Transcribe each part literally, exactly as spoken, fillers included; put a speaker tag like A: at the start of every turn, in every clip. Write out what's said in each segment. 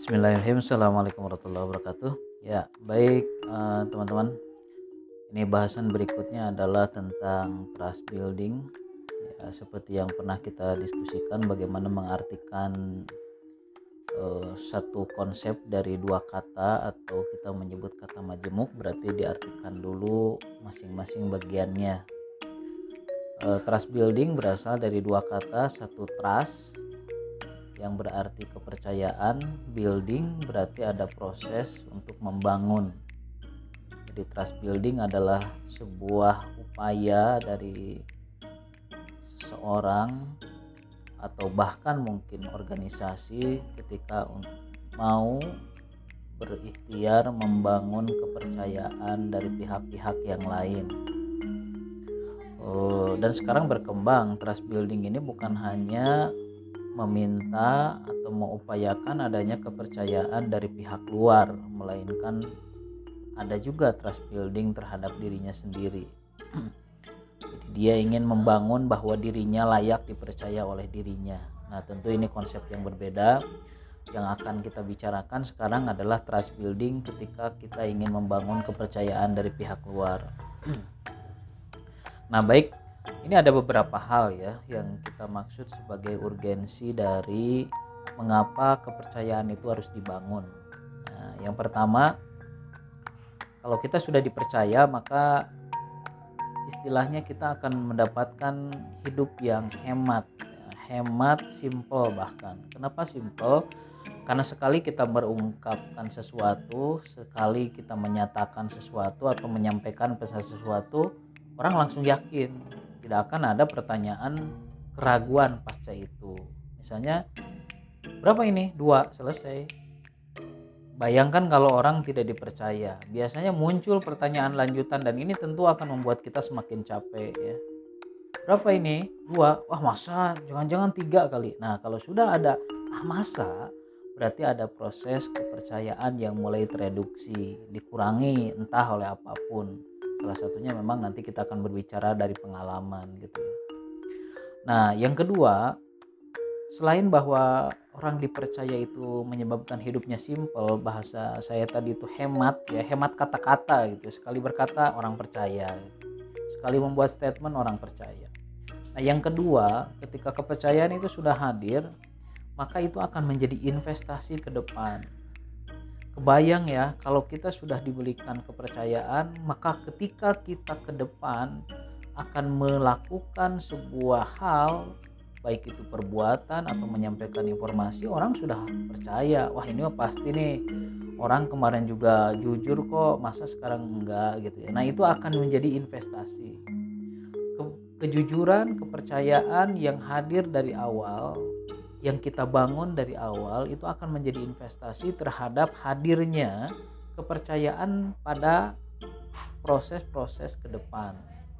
A: Bismillahirrahmanirrahim. Assalamualaikum warahmatullahi wabarakatuh. Ya, baik eh, teman-teman. Ini bahasan berikutnya adalah tentang trust building. Ya, seperti yang pernah kita diskusikan, bagaimana mengartikan eh, satu konsep dari dua kata, atau kita menyebut kata majemuk, berarti diartikan dulu masing-masing bagiannya. Eh, trust building berasal dari dua kata, satu trust yang berarti kepercayaan, building berarti ada proses untuk membangun. Jadi trust building adalah sebuah upaya dari seseorang atau bahkan mungkin organisasi ketika mau berikhtiar membangun kepercayaan dari pihak-pihak yang lain. Oh, dan sekarang berkembang, trust building ini bukan hanya meminta atau mengupayakan adanya kepercayaan dari pihak luar, melainkan ada juga trust building terhadap dirinya sendiri. Jadi dia ingin membangun bahwa dirinya layak dipercaya oleh dirinya. Nah, tentu ini konsep yang berbeda. Yang akan kita bicarakan sekarang adalah trust building ketika kita ingin membangun kepercayaan dari pihak luar. Nah, baik, ini ada beberapa hal ya yang kita maksud sebagai urgensi dari mengapa kepercayaan itu harus dibangun. Nah, yang pertama, kalau kita sudah dipercaya, maka istilahnya kita akan mendapatkan hidup yang hemat, ya, hemat, simple bahkan. Kenapa simple? Karena sekali kita berungkapkan sesuatu, sekali kita menyatakan sesuatu atau menyampaikan pesan sesuatu, orang langsung yakin. Tidak akan ada pertanyaan keraguan pasca itu. Misalnya, berapa ini? Dua, selesai. Bayangkan kalau orang tidak dipercaya, biasanya muncul pertanyaan lanjutan, dan ini tentu akan membuat kita semakin capek ya. Berapa ini? Dua. Wah, masa? Jangan-jangan tiga kali. Nah, kalau sudah ada ah masa, berarti ada proses kepercayaan yang mulai tereduksi, dikurangi entah oleh apapun. Salah satunya memang nanti kita akan berbicara dari pengalaman gitu ya. Nah, yang kedua, selain bahwa orang dipercaya itu menyebabkan hidupnya simple, bahasa saya tadi itu hemat ya, hemat kata-kata gitu. Sekali berkata orang percaya, sekali membuat statement orang percaya. Nah, yang kedua, ketika kepercayaan itu sudah hadir, maka itu akan menjadi investasi ke depan. Kebayang ya, kalau kita sudah diberikan kepercayaan, maka ketika kita ke depan akan melakukan sebuah hal, baik itu perbuatan atau menyampaikan informasi, orang sudah percaya. Wah, ini pasti nih, orang kemarin juga jujur kok, masa sekarang enggak gitu ya. Nah, itu akan menjadi investasi. Ke- kejujuran, kepercayaan yang hadir dari awal, yang kita bangun dari awal, itu akan menjadi investasi terhadap hadirnya kepercayaan pada proses-proses ke depan.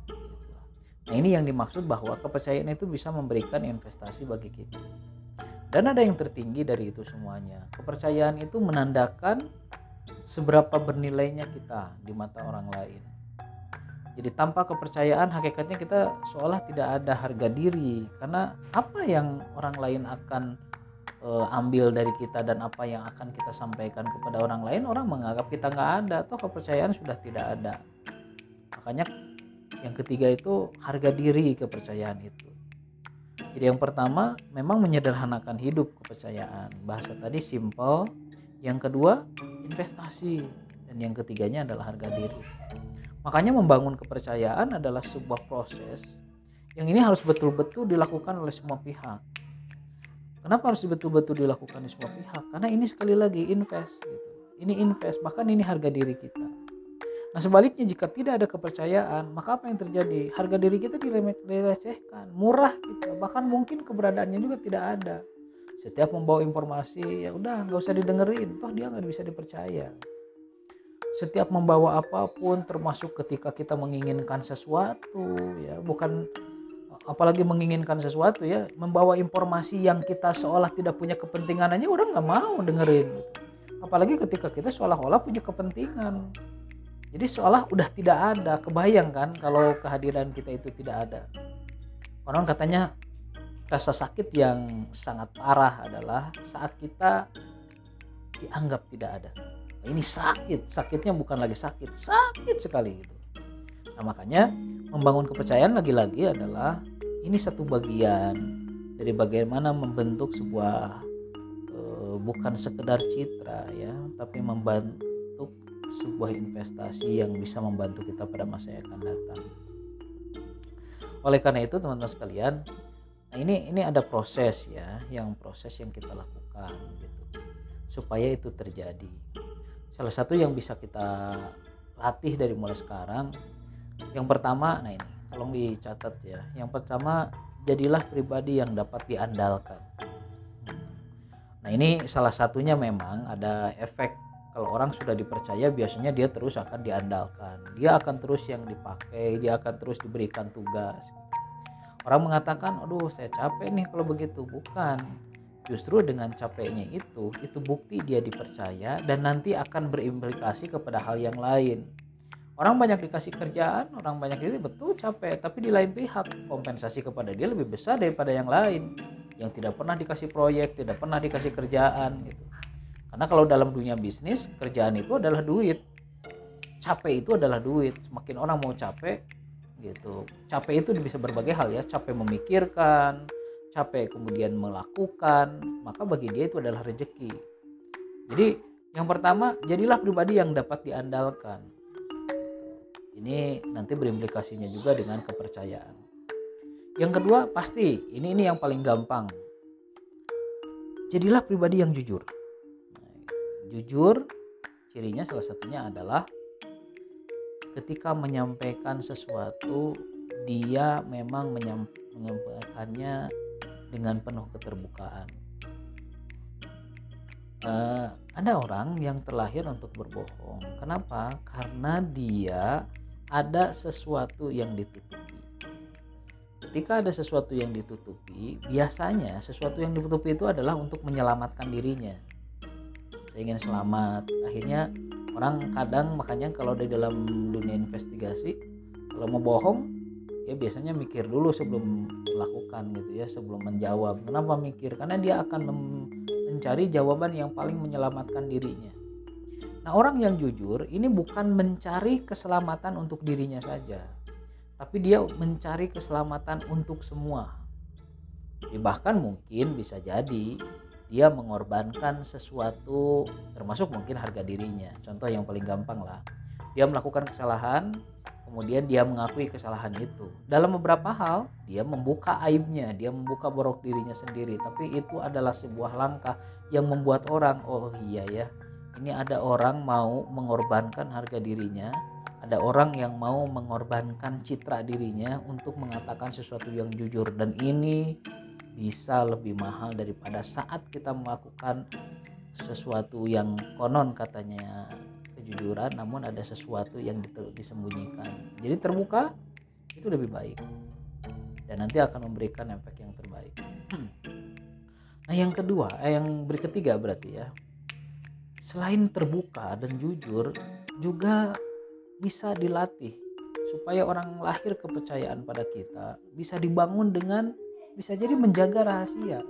A: Nah, ini yang dimaksud bahwa kepercayaan itu bisa memberikan investasi bagi kita. Dan ada yang tertinggi dari itu semuanya. Kepercayaan itu menandakan seberapa bernilainya kita di mata orang lain. Jadi tanpa kepercayaan, hakikatnya kita seolah tidak ada harga diri, karena apa yang orang lain akan e, ambil dari kita dan apa yang akan kita sampaikan kepada orang lain, orang menganggap kita nggak ada, atau kepercayaan sudah tidak ada. Makanya yang ketiga itu harga diri kepercayaan itu. Jadi yang pertama memang menyederhanakan hidup kepercayaan. Bahasa tadi simple. Yang kedua investasi. Dan yang ketiganya adalah harga diri. Makanya membangun kepercayaan adalah sebuah proses yang ini harus betul-betul dilakukan oleh semua pihak. Kenapa harus betul-betul dilakukan oleh semua pihak? Karena ini sekali lagi invest gitu. Ini invest, bahkan ini harga diri kita. Nah, sebaliknya jika tidak ada kepercayaan, maka apa yang terjadi? Harga diri kita dilecehkan, murah kita, bahkan mungkin keberadaannya juga tidak ada. Setiap membawa informasi, ya udah nggak usah didengerin, toh dia nggak bisa dipercaya. Setiap membawa apapun, termasuk ketika kita menginginkan sesuatu ya, bukan apalagi menginginkan sesuatu ya, membawa informasi yang kita seolah tidak punya kepentingan aja orang nggak mau dengerin gitu. Apalagi ketika kita seolah-olah punya kepentingan, jadi seolah udah tidak ada. Kebayang kan kalau kehadiran kita itu tidak ada. Orang katanya rasa sakit yang sangat parah adalah saat kita dianggap tidak ada. Nah, ini sakit, sakitnya bukan lagi sakit, sakit sekali gitu. Nah makanya membangun kepercayaan lagi-lagi adalah ini satu bagian dari bagaimana membentuk sebuah eh, bukan sekedar citra ya, tapi membentuk sebuah investasi yang bisa membantu kita pada masa yang akan datang. Oleh karena itu teman-teman sekalian, nah ini ini ada proses ya, yang proses yang kita lakukan gitu supaya itu terjadi. Salah satu yang bisa kita latih dari mulai sekarang, yang pertama, nah ini tolong dicatat ya. Yang pertama, jadilah pribadi yang dapat diandalkan. Nah ini salah satunya memang ada efek. Kalau orang sudah dipercaya biasanya dia terus akan diandalkan, dia akan terus yang dipakai, dia akan terus diberikan tugas. Orang mengatakan, aduh saya capek nih kalau begitu. Bukan, justru dengan capeknya itu, itu bukti dia dipercaya dan nanti akan berimplikasi kepada hal yang lain. Orang banyak dikasih kerjaan, orang banyak itu betul capek, tapi di lain pihak kompensasi kepada dia lebih besar daripada yang lain yang tidak pernah dikasih proyek, tidak pernah dikasih kerjaan gitu. Karena kalau dalam dunia bisnis, kerjaan itu adalah duit, capek itu adalah duit. Semakin orang mau capek gitu, capek itu bisa berbagai hal ya, capek memikirkan, capek kemudian melakukan, maka bagi dia itu adalah rezeki. Jadi yang pertama, jadilah pribadi yang dapat diandalkan. Ini nanti berimplikasinya juga dengan kepercayaan. Yang kedua, pasti ini ini yang paling gampang, jadilah pribadi yang jujur. Jujur, cirinya salah satunya adalah ketika menyampaikan sesuatu, dia memang menyampaikannya dengan penuh keterbukaan. Uh, ada orang yang terlahir untuk berbohong. Kenapa? Karena dia ada sesuatu yang ditutupi. Ketika ada sesuatu yang ditutupi, biasanya sesuatu yang ditutupi itu adalah untuk menyelamatkan dirinya. Saya ingin selamat. Akhirnya orang kadang, makanya kalau di dalam dunia investigasi, kalau mau bohong ya biasanya mikir dulu sebelum melakukan gitu ya, sebelum menjawab. Kenapa mikir? Karena dia akan mencari jawaban yang paling menyelamatkan dirinya. Nah orang yang jujur ini bukan mencari keselamatan untuk dirinya saja, tapi dia mencari keselamatan untuk semua. Jadi bahkan mungkin bisa jadi dia mengorbankan sesuatu, termasuk mungkin harga dirinya. Contoh yang paling gampang lah, dia melakukan kesalahan, kemudian dia mengakui kesalahan itu. Dalam beberapa hal, dia membuka aibnya, dia membuka borok dirinya sendiri. Tapi itu adalah sebuah langkah yang membuat orang, oh iya ya, ini ada orang mau mengorbankan harga dirinya, ada orang yang mau mengorbankan citra dirinya untuk mengatakan sesuatu yang jujur. Dan ini bisa lebih mahal daripada saat kita melakukan sesuatu yang konon katanya kejujuran, namun ada sesuatu yang disembunyikan. Jadi terbuka itu lebih baik dan nanti akan memberikan efek yang terbaik. Nah yang kedua, eh, yang beriketiga berarti ya, selain terbuka dan jujur juga bisa dilatih supaya orang lahir kepercayaan pada kita bisa dibangun dengan bisa jadi menjaga rahasia.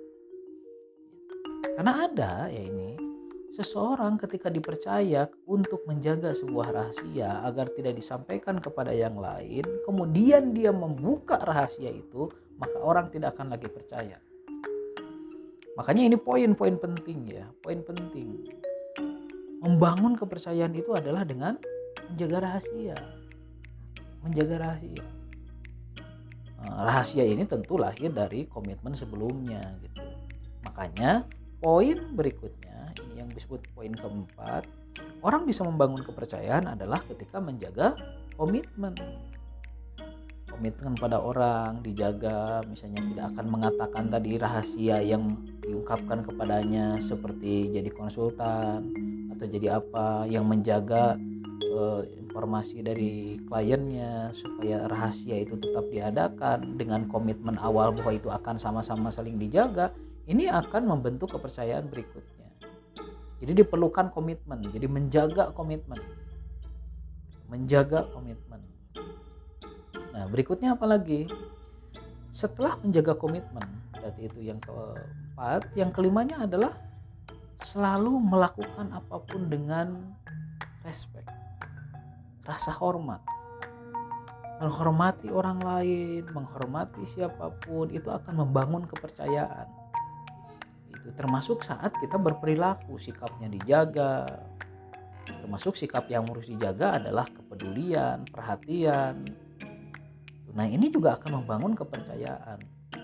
A: Karena ada ya ini, seseorang ketika dipercaya untuk menjaga sebuah rahasia agar tidak disampaikan kepada yang lain, kemudian dia membuka rahasia itu, maka orang tidak akan lagi percaya. Makanya ini poin-poin penting ya, poin penting. Membangun kepercayaan itu adalah dengan menjaga rahasia. Menjaga rahasia. Rahasia ini tentu lahir dari komitmen sebelumnya gitu. Makanya poin berikutnya ini yang disebut poin keempat, orang bisa membangun kepercayaan adalah ketika menjaga komitmen. Komitmen pada orang dijaga, misalnya tidak akan mengatakan tadi rahasia yang diungkapkan kepadanya seperti jadi konsultan atau jadi apa, yang menjaga eh, informasi dari kliennya supaya rahasia itu tetap diadakan dengan komitmen awal bahwa itu akan sama-sama saling dijaga. Ini akan membentuk kepercayaan berikutnya. Jadi diperlukan komitmen, jadi menjaga komitmen, menjaga komitmen. Nah berikutnya apa lagi? Setelah menjaga komitmen, berarti itu yang keempat. Yang kelimanya adalah selalu melakukan apapun dengan respect, rasa hormat. Menghormati orang lain, menghormati siapapun, itu akan membangun kepercayaan. Itu termasuk saat kita berperilaku, sikapnya dijaga. Termasuk sikap yang harus dijaga adalah kepedulian, perhatian. Nah, ini juga akan membangun kepercayaan.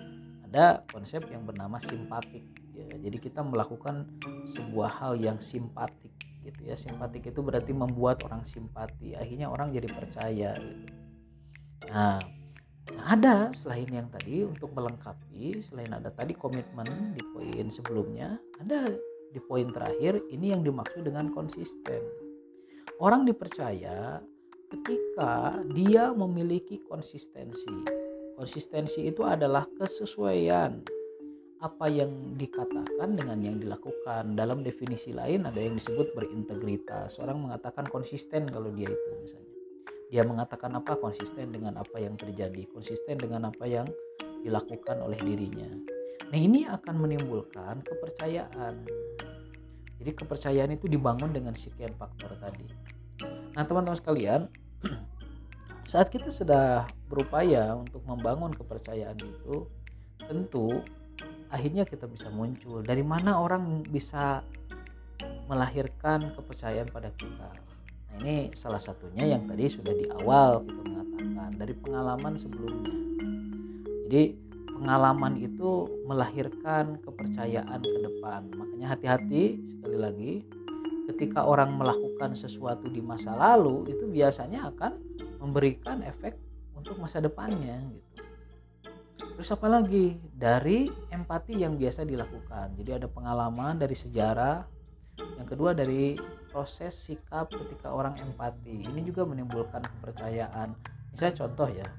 A: Ada konsep yang bernama simpatik ya. Jadi kita melakukan sebuah hal yang simpatik gitu ya. Simpatik itu berarti membuat orang simpati, akhirnya orang jadi percaya gitu. Nah, ada selain yang tadi untuk melengkapi, selain ada tadi komitmen di poin sebelumnya, ada di poin terakhir ini yang dimaksud dengan konsisten. Orang dipercaya ketika dia memiliki konsistensi. Konsistensi itu adalah kesesuaian apa yang dikatakan dengan yang dilakukan. Dalam definisi lain ada yang disebut berintegritas. Orang mengatakan konsisten kalau dia itu misalnya. Dia mengatakan apa? Konsisten dengan apa yang terjadi, konsisten dengan apa yang dilakukan oleh dirinya. Nah, ini akan menimbulkan kepercayaan. Jadi kepercayaan itu dibangun dengan sekian faktor tadi. Nah, teman-teman sekalian, saat kita sudah berupaya untuk membangun kepercayaan itu, tentu akhirnya kita bisa muncul. Dari mana orang bisa melahirkan kepercayaan pada kita? Nah, ini salah satunya yang tadi sudah di awal kita mengatakan dari pengalaman sebelumnya. Jadi pengalaman itu melahirkan kepercayaan ke depan. Makanya hati-hati sekali lagi, ketika orang melakukan sesuatu di masa lalu itu biasanya akan memberikan efek untuk masa depannya gitu. Terus apa lagi? Dari empati yang biasa dilakukan. Jadi ada pengalaman dari sejarah. Yang kedua dari proses sikap ketika orang empati. Ini juga menimbulkan kepercayaan. Misalnya contoh ya,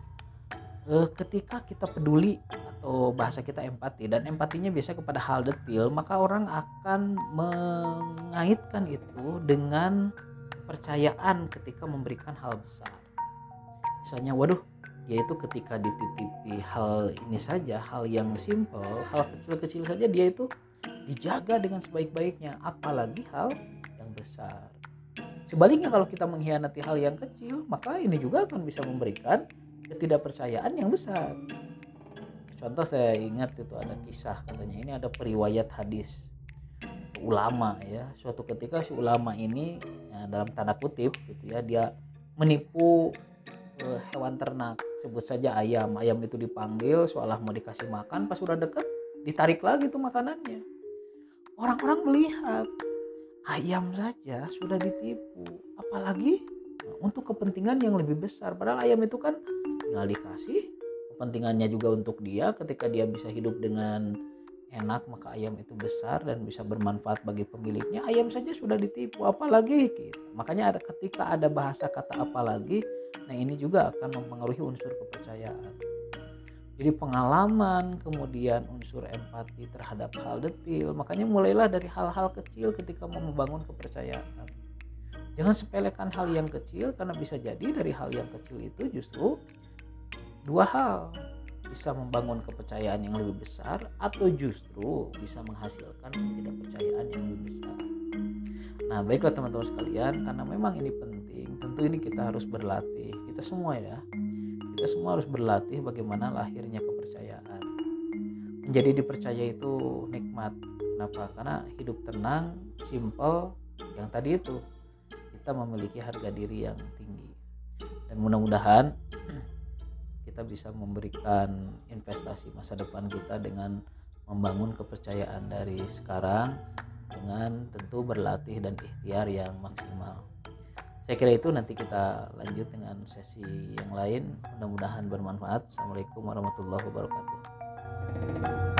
A: eh, ketika kita peduli atau bahasa kita empati, dan empatinya biasa kepada hal detil, maka orang akan mengaitkan itu dengan kepercayaan ketika memberikan hal besar. Misalnya, waduh, yaitu ketika dititipi hal ini saja, hal yang simple, hal kecil-kecil saja dia itu dijaga dengan sebaik-baiknya, apalagi hal yang besar. Sebaliknya kalau kita mengkhianati hal yang kecil, maka ini juga akan bisa memberikan ketidakpercayaan yang besar. Contoh saya ingat itu ada kisah, katanya ini ada periwayat hadis ulama ya. Suatu ketika si ulama ini ya, dalam tanda kutip gitu ya, dia menipu eh, hewan ternak, sebut saja ayam. Ayam itu dipanggil seolah mau dikasih makan, pas sudah deket ditarik lagi tuh makanannya. Orang-orang melihat ayam saja sudah ditipu, apalagi untuk kepentingan yang lebih besar. Padahal ayam itu kan tinggal dikasih, kepentingannya juga untuk dia. Ketika dia bisa hidup dengan enak, maka ayam itu besar dan bisa bermanfaat bagi pemiliknya. Ayam saja sudah ditipu, apalagi gitu. Makanya ada ketika ada bahasa kata apalagi, nah ini juga akan mempengaruhi unsur kepercayaan. Jadi pengalaman, kemudian unsur empati terhadap hal detil. Makanya mulailah dari hal-hal kecil ketika mau membangun kepercayaan. Jangan sepelekan hal yang kecil, karena bisa jadi dari hal yang kecil itu justru dua hal, bisa membangun kepercayaan yang lebih besar atau justru bisa menghasilkan ketidakpercayaan yang lebih besar. Nah, baiklah teman-teman sekalian, karena memang ini penting, tentu ini kita harus berlatih, kita semua ya. Kita semua harus berlatih bagaimana lahirnya kepercayaan. Menjadi dipercaya itu nikmat. Kenapa? Karena hidup tenang, simple, yang tadi itu kita memiliki harga diri yang tinggi. Dan mudah-mudahan kita bisa memberikan investasi masa depan kita dengan membangun kepercayaan dari sekarang, dengan tentu berlatih dan ikhtiar yang maksimal. Saya kira itu, nanti kita lanjut dengan sesi yang lain. Mudah-mudahan bermanfaat. Assalamualaikum warahmatullahi wabarakatuh.